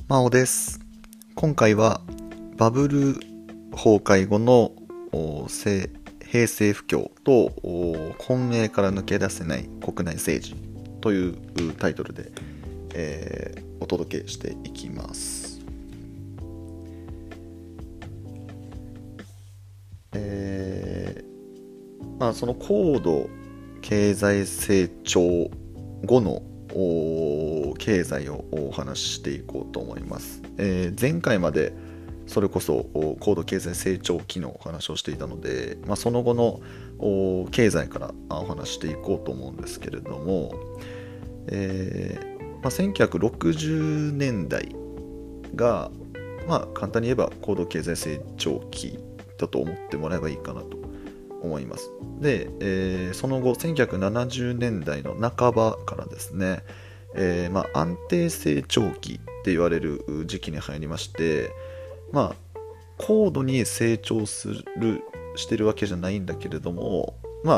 真央です。今回はバブル崩壊後の平成不況と混迷から抜け出せない国内政治というタイトルで、お届けしていきます。その高度経済成長後の経済をお話ししていこうと思います。前回までそれこそ高度経済成長期のお話をしていたので、その後の経済からお話していこうと思うんですけれども、1960年代が、簡単に言えば高度経済成長期だと思ってもらえばいいかなと思います。で、その後1970年代の半ばからですね、安定成長期って言われる時期に入りまして、高度に成長してるわけじゃないんだけれども、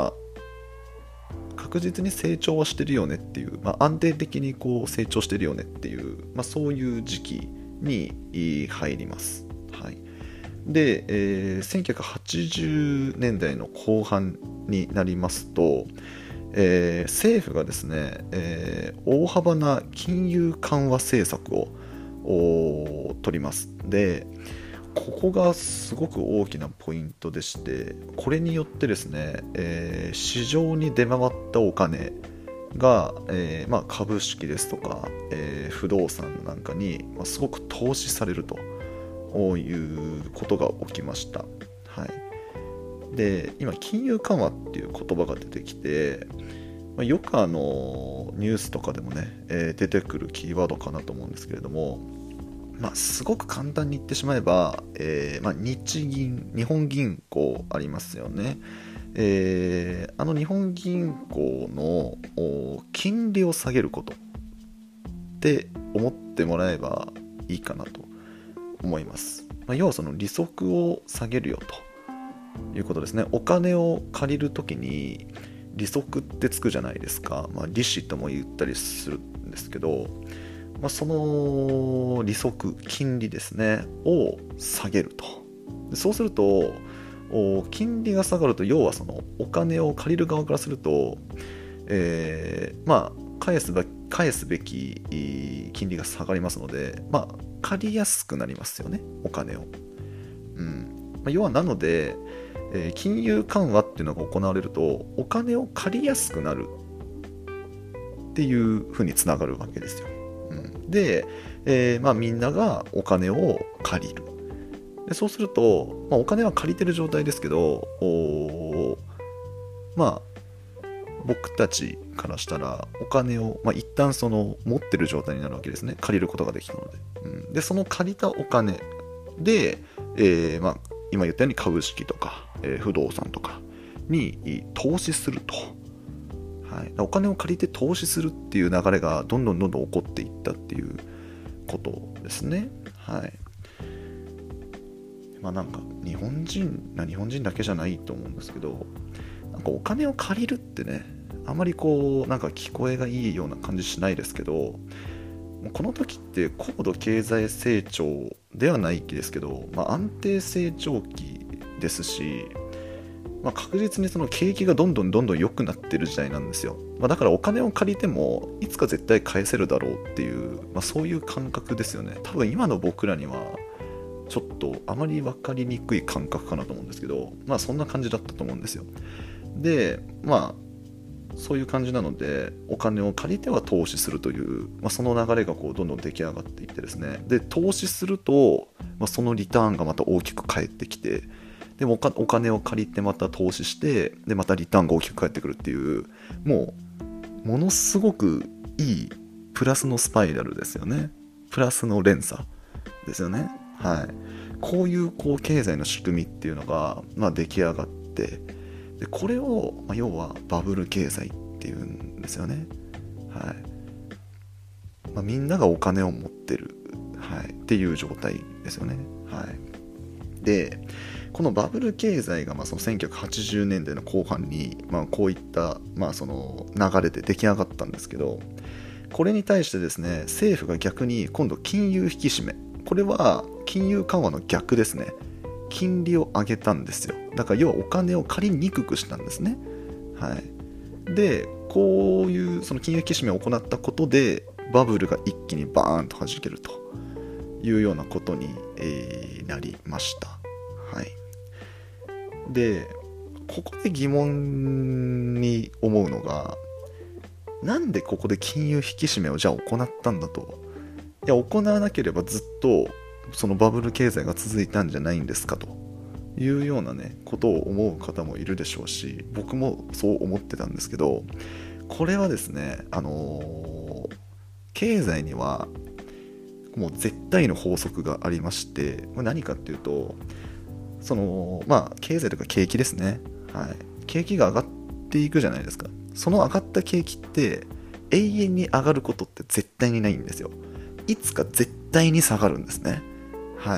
確実に成長はしてるよねっていう、安定的にこう成長してるよねっていう、そういう時期に入ります。はい。で、1980年代の後半になりますと、政府がですね、大幅な金融緩和政策を取ります。で、ここがすごく大きなポイントでして、これによってですね、市場に出回ったお金が、株式ですとか、不動産なんかに、すごく投資されるということが起きました。はい。で、今金融緩和っていう言葉が出てきて、よくニュースとかでもね、出てくるキーワードかなと思うんですけれども、すごく簡単に言ってしまえば、日本銀行ありますよね。日本銀行の金利を下げることって思ってもらえばいいかなと思います。要はその利息を下げるよということですね。お金を借りるときに利息ってつくじゃないですか。利子とも言ったりするんですけど、その利息、金利ですねを下げると。そうすると金利が下がると、要はそのお金を借りる側からすると、返すべき金利が下がりますので、借りやすくなりますよね、お金を。要はなので、金融緩和っていうのが行われると、お金を借りやすくなるっていうふうにつながるわけですよ。で、みんながお金を借りる。でそうすると、お金は借りてる状態ですけど、僕たちからしたらお金を、一旦その持ってる状態になるわけですね。借りることができたので。でその借りたお金で、今言ったように株式とか、不動産とかに投資すると。はい、お金を借りて投資するっていう流れがどんどん起こっていったっていうことですね。はい。なんか日本人だけじゃないと思うんですけど、なんかお金を借りるってね、あまりこうなんか聞こえがいいような感じしないですけど、この時って高度経済成長ではない期ですけど、安定成長期ですし、確実にその景気がどんどん良くなってる時代なんですよ。だからお金を借りてもいつか絶対返せるだろうっていう、そういう感覚ですよね。多分今の僕らにはちょっとあまり分かりにくい感覚かなと思うんですけど、そんな感じだったと思うんですよ。で、そういう感じなので、お金を借りては投資するという、その流れがこうどんどん出来上がっていってですね。で、投資すると、そのリターンがまた大きく返ってきて、でもお金を借りてまた投資して、でまたリターンが大きく返ってくるっていう、ものすごくいいプラスのスパイラルですよね。プラスの連鎖ですよね。はい。こういう経済の仕組みっていうのが、出来上がって、でこれを、要はバブル経済っていうんですよね。はい。みんながお金を持ってる、はい、っていう状態ですよね。はい。で、このバブル経済がその1980年代の後半に、こういった、その流れで出来上がったんですけど、 これに対してですね、政府が逆に今度金融引き締め、これは金融緩和の逆ですね。金利を上げたんですよ。だから要はお金を借りにくくしたんですね。はい。で、こういうその金融引き締めを行ったことでバブルが一気にバーンと弾けるというようなことに、なりました。はい。で、ここで疑問に思うのが、なんでここで金融引き締めをじゃあ行ったんだと。いや、行わなければずっとそのバブル経済が続いたんじゃないんですかというようなねことを思う方もいるでしょうし、僕もそう思ってたんですけど、これはですね、経済にはもう絶対の法則がありまして、何かっていうと、経済とか景気ですね。はい。景気が上がっていくじゃないですか。その上がった景気って永遠に上がることって絶対にないんですよ。いつか絶対に下がるんですね。はい。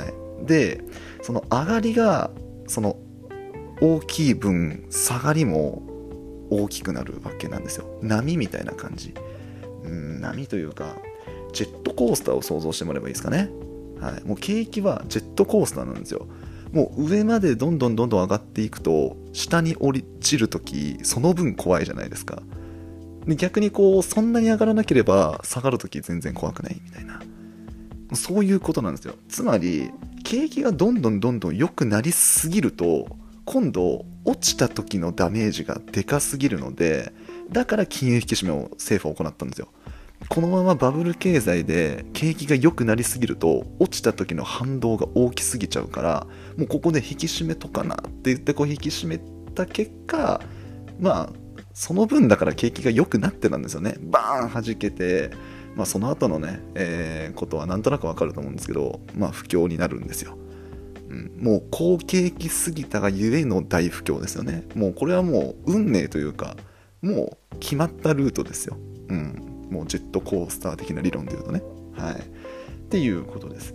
で、その上がりがその大きい分、下がりも大きくなるわけなんですよ。波みたいな感じ。波というか、ジェットコースターを想像してもらえばいいですかね。はい。もう景気はジェットコースターなんですよ。もう上までどんどん上がっていくと、下に降りちるとき、その分怖いじゃないですか。で、逆にそんなに上がらなければ下がるとき全然怖くないみたいな。そういうことなんですよ。つまり、景気がどんどん良くなりすぎると、今度落ちた時のダメージがでかすぎるので、だから金融引き締めを政府は行ったんですよ。このままバブル経済で景気が良くなりすぎると、落ちた時の反動が大きすぎちゃうから、もうここで引き締めとかなって言って引き締めた結果、その分だから景気が良くなってたんですよね。バーン弾けて、その後のね、ことはなんとなくわかると思うんですけど、不況になるんですよ。もう好景気すぎたがゆえの大不況ですよね。もうこれはもう運命というか、もう決まったルートですよ。もうジェットコースター的な理論で言うとね。はい。っていうことです。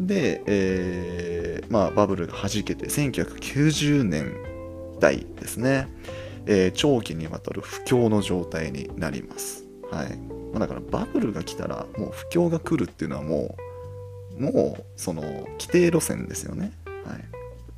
で、バブルが弾けて、1990年代ですね。長期にわたる不況の状態になります。はい。だからバブルが来たら、もう不況が来るっていうのはもうその規定路線ですよね。はい。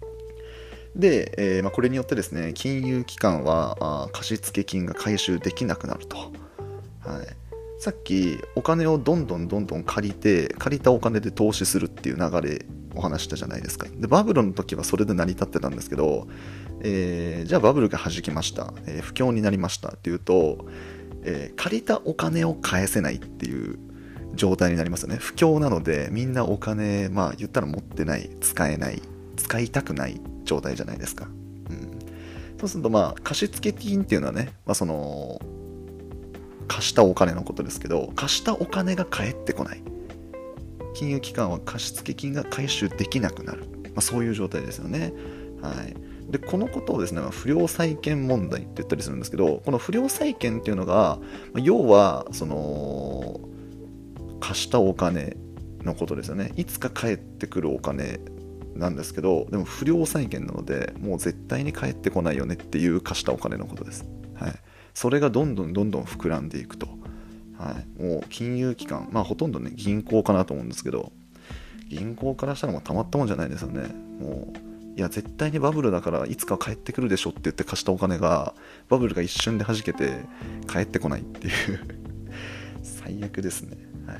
で、これによってですね、金融機関は貸付金が回収できなくなると。はい。さっきお金をどんどん借りたお金で投資するっていう流れお話したじゃないですか。で、バブルの時はそれで成り立ってたんですけど、じゃあバブルが弾きました、不況になりましたっていうと、借りたお金を返せないっていう状態になりますよね。不況なのでみんなお金、言ったら持ってない、使えない、使いたくない状態じゃないですか。そうすると貸付金っていうのはね、その貸したお金のことですけど、貸したお金が返ってこない。金融機関は貸付金が回収できなくなる。そういう状態ですよね。はい。で、このことをですね、不良債権問題って言ったりするんですけど、この不良債権っていうのが、要は、その、貸したお金のことですよね。いつか返ってくるお金なんですけど、でも不良債権なので、もう絶対に返ってこないよねっていう貸したお金のことです。はい。それがどんどん膨らんでいくと。はい。もう金融機関、ほとんどね、銀行かなと思うんですけど、銀行からしたらもうたまったもんじゃないですよね。もう、いや絶対にバブルだからいつか帰ってくるでしょって言って貸したお金がバブルが一瞬で弾けて帰ってこないっていう最悪ですね。はい。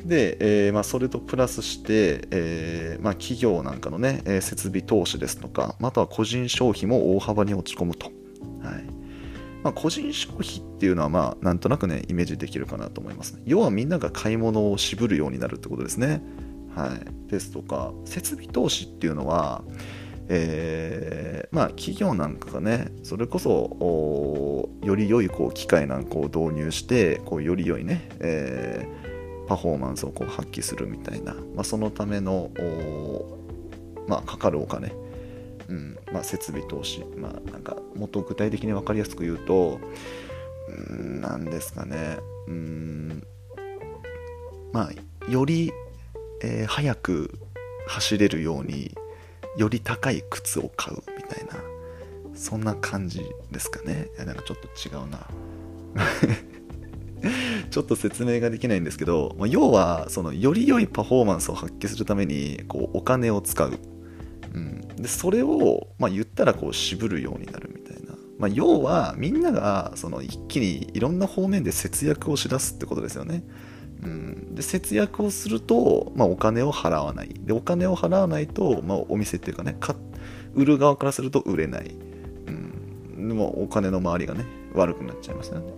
で、それとプラスして、企業なんかのね、設備投資ですとか、あとは個人消費も大幅に落ち込むと。はい。個人消費っていうのはなんとなくねイメージできるかなと思いますね。要はみんなが買い物を渋るようになるってことですね。はい、ですとか設備投資っていうのは、企業なんかがねそれこそより良い機械なんかを導入してより良いね、パフォーマンスを発揮するみたいな、そのためのかかるお金、設備投資、なんかもっと具体的に分かりやすく言うと、なんですかね、より早く走れるようにより高い靴を買うみたいな、そんな感じですかね。なんかちょっと違うなちょっと説明ができないんですけど、要はそのより良いパフォーマンスを発揮するためにこうお金を使う、でそれを言ったらこう渋るようになるみたいな、要はみんながその一気にいろんな方面で節約をしだすってことですよね。で節約をすると、お金を払わないで、お金を払わないと、お店っていうかね、売る側からすると売れない、でもお金の周りがね悪くなっちゃいますよね。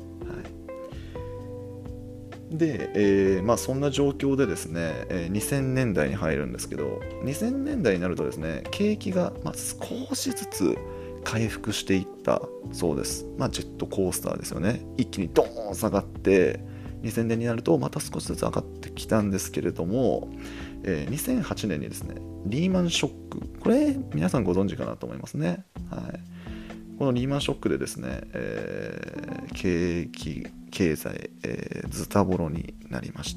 で、そんな状況でですね、2000年代に入るんですけど、2000年代になるとですね、景気が少しずつ回復していったそうです。ジェットコースターですよね。一気にドーン下がって2000年になるとまた少しずつ上がってきたんですけれども、2008年にですね、リーマンショック、これ皆さんご存知かなと思いますね。このリーマンショックでですね、経済、ズタボロになりました。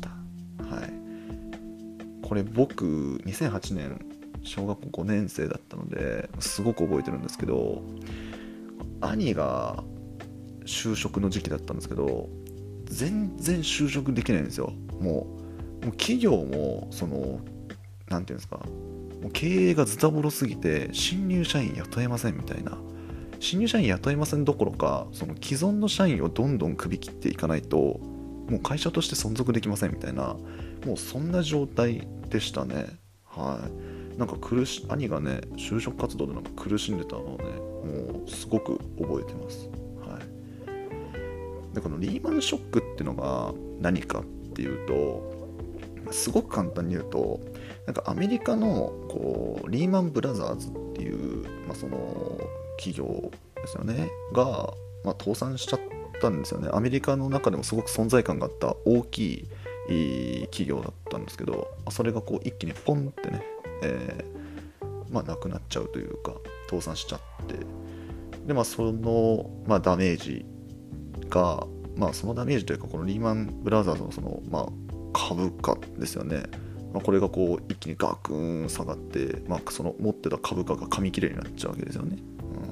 これ僕2008年小学校5年生だったのですごく覚えてるんですけど、兄が就職の時期だったんですけど、全然就職できないんですよ。もう企業もなんていうんですか、もう経営がズタボロすぎて新入社員雇えませんみたいな、新入社員雇えませんどころか、その既存の社員をどんどん首切っていかないともう会社として存続できませんみたいな、もうそんな状態でしたね。なんか兄がね就職活動でなんか苦しんでたのをね、もうすごく覚えてます。でこのリーマンショックっていうのが何かっていうと、すごく簡単に言うと、なんかアメリカのリーマンブラザーズっていう、その企業ですよねが、倒産しちゃったんですよね。アメリカの中でもすごく存在感があった大きい企業だったんですけど、それが一気にポンってね、なくなっちゃうというか倒産しちゃって、でその、ダメージが、そのダメージというか、このリーマンブラザーズの株価ですよね。これが一気にガクーン下がって、その持ってた株価が紙切れになっちゃうわけですよね。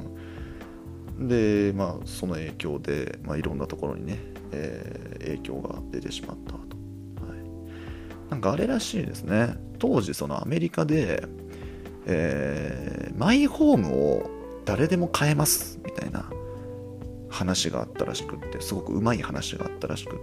で、その影響で、いろんなところにね、影響が出てしまったと。なんかあれらしいですね。当時そのアメリカで、マイホームを誰でも買えますみたいな話があったらしくって、すごくうまい話があったらしくって、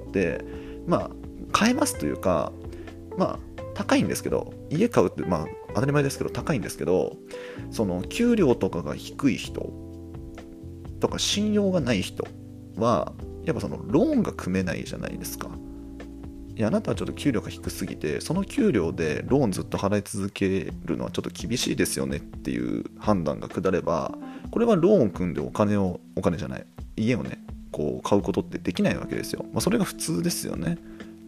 買えますというか、高いんですけど、家買うって当たり前ですけど高いんですけど、その給料とかが低い人とか信用がない人はやっぱそのローンが組めないじゃないですか。いや、あなたはちょっと給料が低すぎて、その給料でローンずっと払い続けるのはちょっと厳しいですよねっていう判断が下れば、これはローン組んでお金じゃない、家をね買うことってできないわけですよ。それが普通ですよね。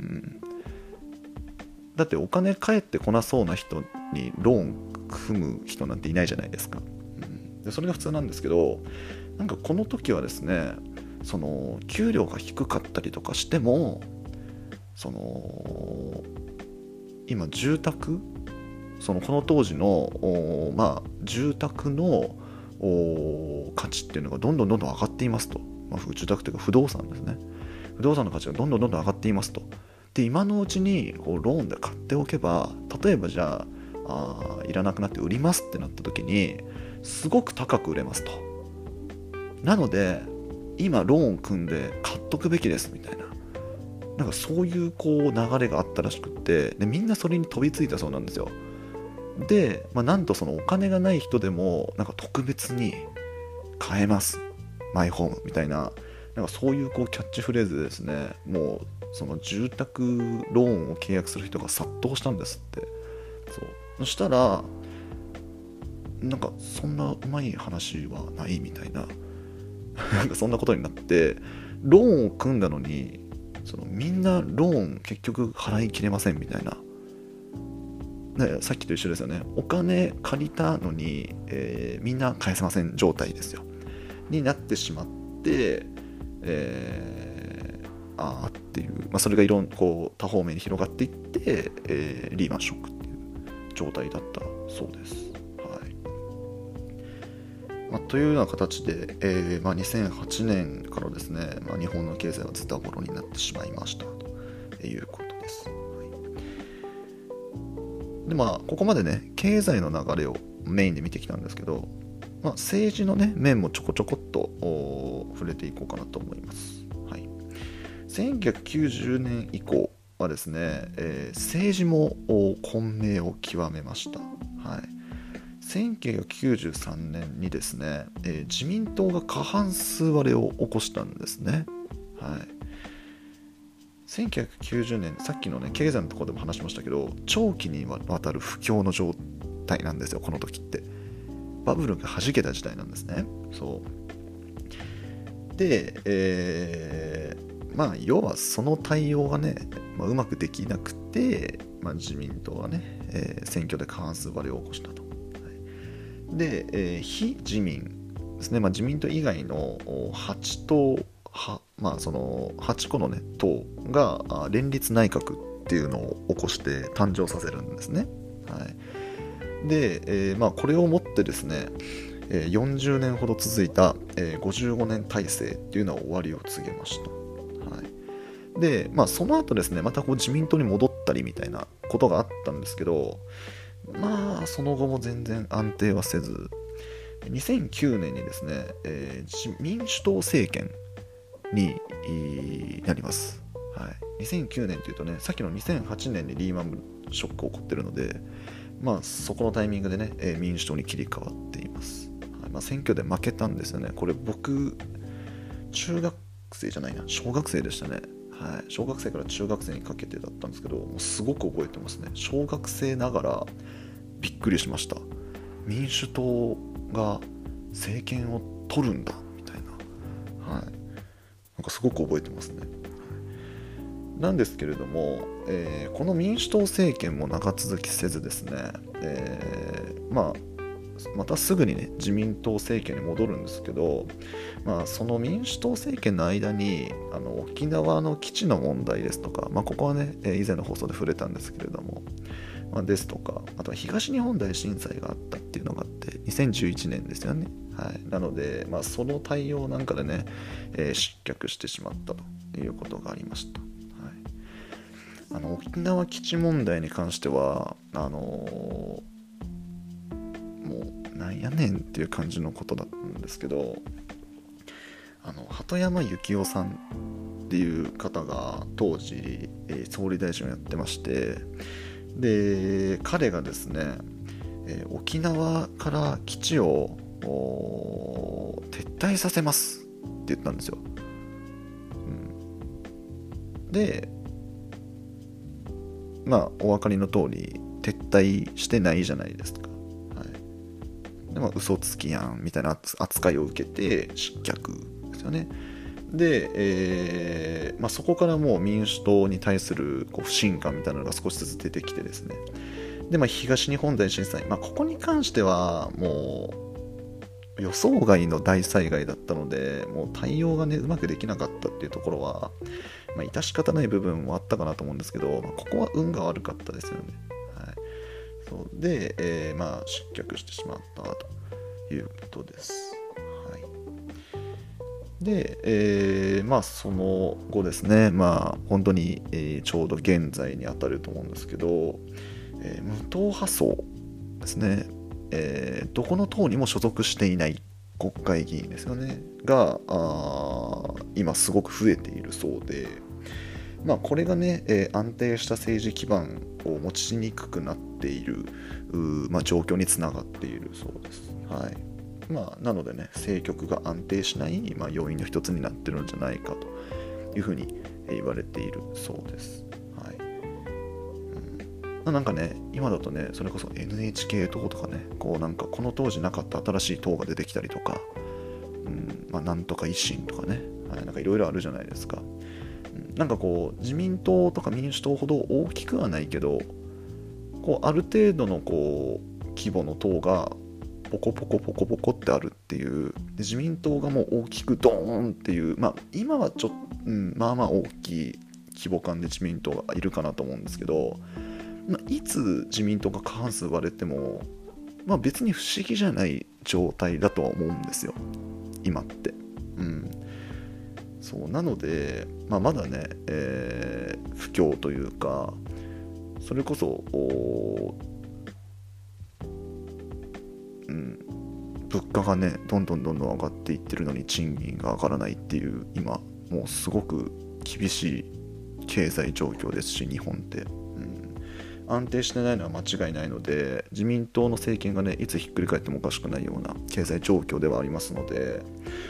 だってお金返ってこなそうな人にローン組む人なんていないじゃないですか。でそれが普通なんですけど、なんかこの時はですね、その給料が低かったりとかしても、その今住宅、この当時の住宅の価値っていうのがどんどん上がっていますと、住宅というか不動産ですね、不動産の価値がどんどん上がっていますと。で今のうちにローンで買っておけば、例えばじゃあいらなくなって売りますってなった時にすごく高く売れますと。なので今ローン組んで買っとくべきですみたいな、なんかそういう流れがあったらしくって、でみんなそれに飛びついたそうなんですよ。で、なんとそのお金がない人でもなんか特別に買えますマイホームみたいな、なんかそういうキャッチフレーズでですね、もうその住宅ローンを契約する人が殺到したんですって。そしたらなんかそんなうまい話はないみたいななんかそんなことになって、ローンを組んだのにみんなローン結局払いきれませんみたいな、さっきと一緒ですよね。お金借りたのに、みんな返せません状態ですよになってしまって、っていう、それが多方面に広がっていって、リーマンショックっていう状態だったそうです。 というような形で、2008年からですね、日本の経済はズタボロになってしまいましたということです。でここまでね経済の流れをメインで見てきたんですけど、政治のね面もちょこちょこっと触れていこうかなと思います。1990年以降はですね、政治も混迷を極めました。1993年にですね、自民党が過半数割れを起こしたんですね。1990年、さっきのね経済のところでも話しましたけど、長期にわたる不況の状態なんですよ。この時ってバブルが弾けた時代なんですね。そうで、要はその対応がね、うまくできなくて、自民党はね、選挙で過半数割れを起こしたと。で、非自民ですね、自民党以外の8党その8個の、ね、党が連立内閣っていうのを起こして誕生させるんですね。で、これをもってですね、40年ほど続いた、55年体制っていうのは終わりを告げました。で、その後ですね、またこう自民党に戻ったりみたいなことがあったんですけど、その後も全然安定はせず、2009年にですね、民主党政権になります。2009年というとね、さっきの2008年にリーマンショック起こってるので、そこのタイミングでね、民主党に切り替わっています。選挙で負けたんですよね。これ僕中学生じゃないな、小学生でしたね。小学生から中学生にかけてだったんですけど、もうすごく覚えてますね。小学生ながらびっくりしました。民主党が政権を取るんだみたいな、なんかすごく覚えてますね。なんですけれども、この民主党政権も長続きせずですね、またすぐにね自民党政権に戻るんですけど、その民主党政権の間に沖縄の基地の問題ですとか、ここはね以前の放送で触れたんですけれども、ですとか、あとは東日本大震災があったっていうのがあって2011年ですよね。なので、その対応なんかでね、失脚してしまったということがありました。沖縄基地問題に関してはもうなんやねんっていう感じのことだったんですけど、鳩山幸夫さんっていう方が当時、総理大臣をやってまして、で彼がですね、沖縄から基地を撤退させますって言ったんですよ。でお分かりの通り撤退してないじゃないですか。で嘘つきやんみたいな扱いを受けて失脚ですよね。で、そこからもう民主党に対する不信感みたいなのが少しずつ出てきてですね、で、東日本大震災、ここに関してはもう予想外の大災害だったので、もう対応がねうまくできなかったっていうところは、致し方ない部分もあったかなと思うんですけど、ここは運が悪かったですよね。そうで、失脚してしまったということです。で、その後ですね、本当に、ちょうど現在に当たると思うんですけど、無党派層ですね、どこの党にも所属していない国会議員ですよねが今すごく増えているそうで、これがね、安定した政治基盤を持ちにくくなっている状況につながっているそうです。なのでね、政局が安定しない、要因の一つになっているのじゃないかというふうに言われているそうです。なんかね、今だとね、それこそ NHK 党とかね、なんかこの当時なかった新しい党が出てきたりとか、なんとか維新とかね、なんかいろいろあるじゃないですか。なんか自民党とか民主党ほど大きくはないけど、ある程度の規模の党がポコポコポコポコってあるっていう、で自民党がもう大きくドーンっていう、今はちょっと、大きい規模感で自民党がいるかなと思うんですけど、いつ自民党が過半数割れても、別に不思議じゃない状態だとは思うんですよ今って。そうなので、まだね、不況というか、それこそ物価がねどんどん上がっていってるのに賃金が上がらないっていう、今もうすごく厳しい経済状況ですし、日本って、安定してないのは間違いないので、自民党の政権がねいつひっくり返ってもおかしくないような経済状況ではありますので、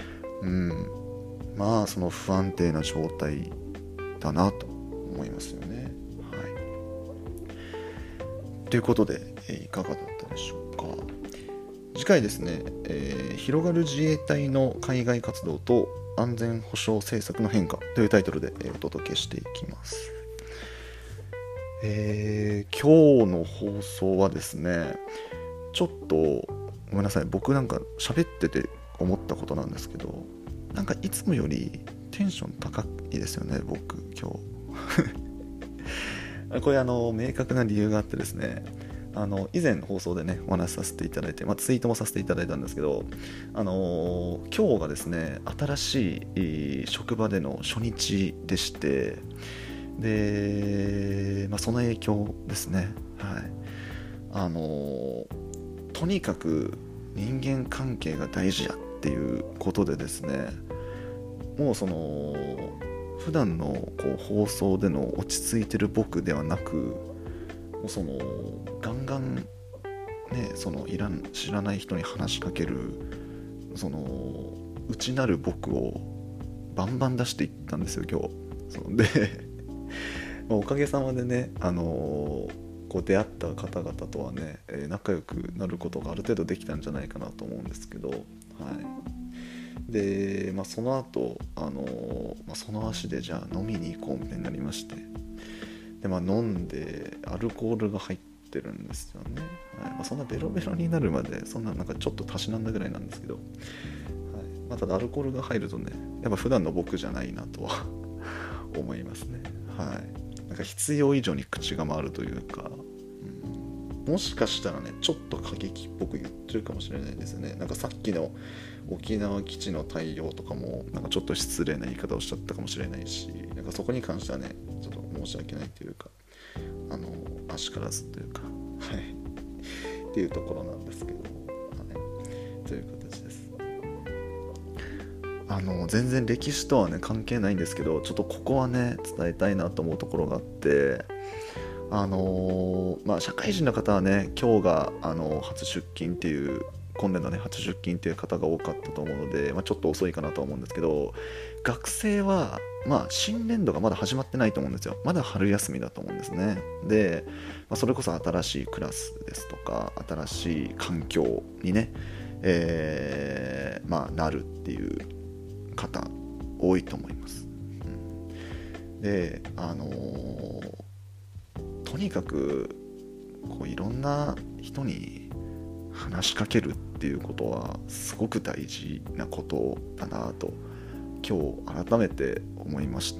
その不安定な状態だなと思いますよね。ということで、いかがだったでしょうか。次回ですね、広がる自衛隊の海外活動と安全保障政策の変化というタイトルでお届けしていきます。今日の放送はですね、ちょっとごめんなさい、僕なんか喋ってて思ったことなんですけど、なんかいつもよりテンション高いですよね、僕今日これ明確な理由があってですね、以前放送でねお話しさせていただいて、ツイートもさせていただいたんですけど、今日がですね新しい職場での初日でして、で、その影響ですね。とにかく人間関係が大事やっていうことでですね、もうその普段のこう放送での落ち着いてる僕ではなく、もうそのガンガンね、その知らない人に話しかける、その内なる僕をバンバン出していったんですよ今日。でおかげさまでね、こう出会った方々とはね、仲良くなることがある程度できたんじゃないかなと思うんですけど、で、その後、その足でじゃあ飲みに行こうみたいになりまして、で、飲んでアルコールが入ってるんですよね。そんなベロベロになるまで、そんななんかちょっとたしなんだぐらいなんですけど、ただアルコールが入るとね、やっぱ普段の僕じゃないなとは思いますね。なんか必要以上に口が回るというか、もしかしたらねちょっと過激っぽく言ってるかもしれないですね。なんかさっきの沖縄基地の対応とかもなんかちょっと失礼な言い方をしちゃったかもしれないし、なんかそこに関してはねちょっと申し訳ないというか、あしからずというかっていうところなんですけど、という形です。全然歴史とはね関係ないんですけど、ちょっとここはね伝えたいなと思うところがあって、社会人の方はね今日が初出勤っていう、今年度ね初出勤っていう方が多かったと思うので、ちょっと遅いかなと思うんですけど、学生は新年度がまだ始まってないと思うんですよ。まだ春休みだと思うんですね。で、それこそ新しいクラスですとか新しい環境にね、なるっていう方多いと思います。で、とにかくこういろんな人に話しかけるっていうことはすごく大事なことだなと今日改めて思いました。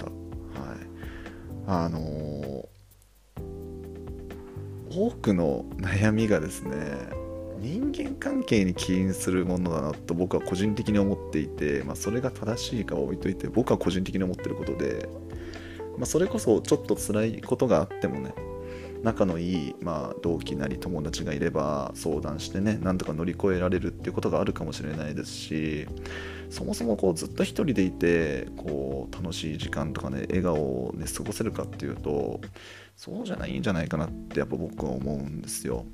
多くの悩みがですね人間関係に起因するものだなと僕は個人的に思っていて、それが正しいかは置いといて、僕は個人的に思っていることで、それこそちょっと辛いことがあってもね、仲のいい、同期なり友達がいれば相談してねなんとか乗り越えられるっていうことがあるかもしれないですし、そもそもこうずっと一人でいてこう楽しい時間とかね笑顔をね過ごせるかっていうとそうじゃないんじゃないかなってやっぱ僕は思うんですよ。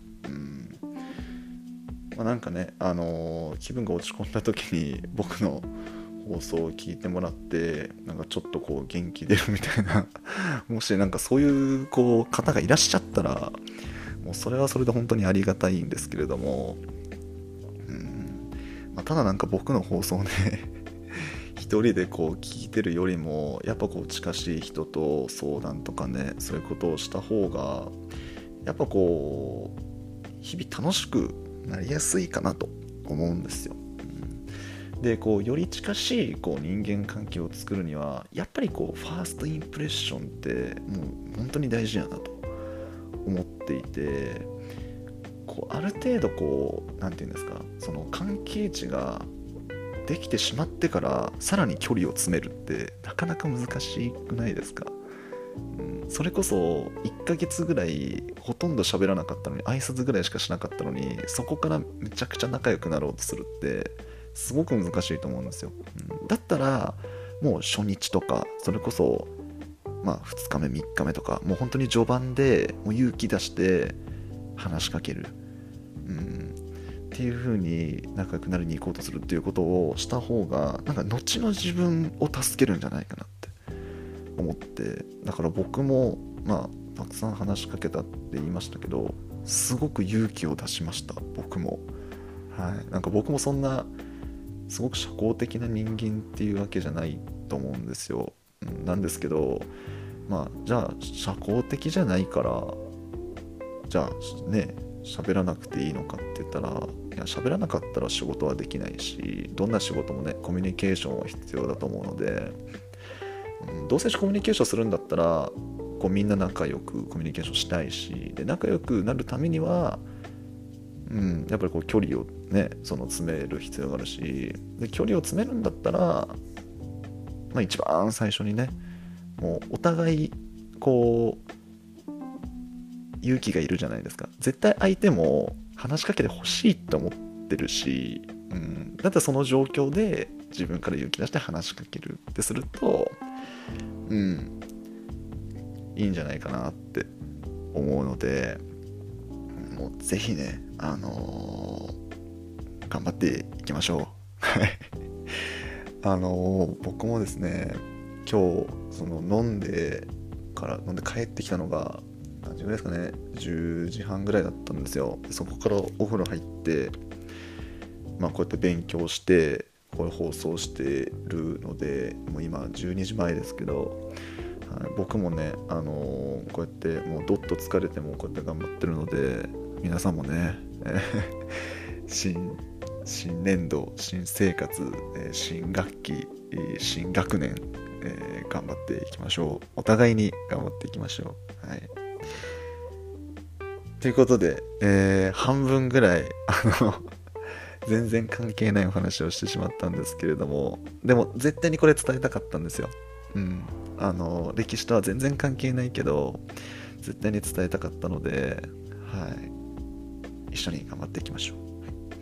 なんかね、気分が落ち込んだ時に僕の放送を聞いてもらってなんかちょっとこう元気出るみたいなもしなんかそういうこう方がいらっしゃったらもうそれはそれで本当にありがたいんですけれども、ただなんか僕の放送ね一人でこう聞いてるよりもやっぱこう近しい人と相談とかねそういうことをした方がやっぱこう日々楽しくなりやすいかなと思うんですよ。でこうより近しいこう人間関係を作るにはやっぱりこうファーストインプレッションってもう本当に大事やなと思っていて、 ある程度なんていうんですか、その関係値ができてしまってからさらに距離を詰めるってなかなか難しくないですか？それこそ1ヶ月ぐらいほとんど喋らなかったのに、挨拶ぐらいしかしなかったのに、そこからめちゃくちゃ仲良くなろうとするってすごく難しいと思うんですよ。だったらもう初日とか、それこそ2日目3日目とか、もう本当に序盤でもう勇気出して話しかける、っていう風に仲良くなりに行こうとするっていうことをした方が、なんか後の自分を助けるんじゃないかなって思って、だから僕もたくさん話しかけたって言いましたけど、すごく勇気を出しました、僕も。なんか僕もそんなすごく社交的な人間っていうわけじゃないと思うんですよ。なんですけど、じゃあ社交的じゃないからじゃあね喋らなくていいのかって言ったら、いや喋らなかったら仕事はできないし、どんな仕事もねコミュニケーションは必要だと思うので、どうせコミュニケーションするんだったらみんな仲良くコミュニケーションしたいし、で仲良くなるためにはやっぱり距離をね詰める必要があるし、で距離を詰めるんだったら、一番最初にね、もうお互い勇気がいるじゃないですか。絶対相手も話しかけてほしいと思ってるし、だってその状況で自分から勇気出して話しかけるってするといいんじゃないかなって思うので、もうぜひね頑張っていきましょう僕もですね、今日飲んで帰ってきたのが何時ぐらいですかね、10時半ぐらいだったんですよ。でそこからお風呂入って、こうやって勉強してこれ放送してるので、もう今12時前ですけど、僕もね、こうやってもうどっと疲れてもこうやって頑張ってるので、皆さんもね、新年度、新生活、新学期、新学年、頑張っていきましょう。お互いに頑張っていきましょう。ということで、半分ぐらい全然関係ないお話をしてしまったんですけれども、でも絶対にこれ伝えたかったんですよ。歴史とは全然関係ないけど絶対に伝えたかったので、一緒に頑張っていきましょう。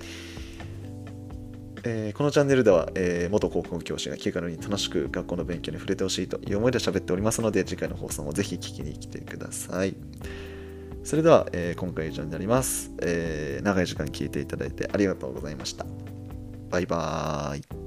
このチャンネルでは、元高校教師が気軽に楽しく学校の勉強に触れてほしいという思いで喋っておりますので、次回の放送もぜひ聞きに来てください。それでは、今回以上になります。長い時間聞いていただいてありがとうございました。バイバーイ。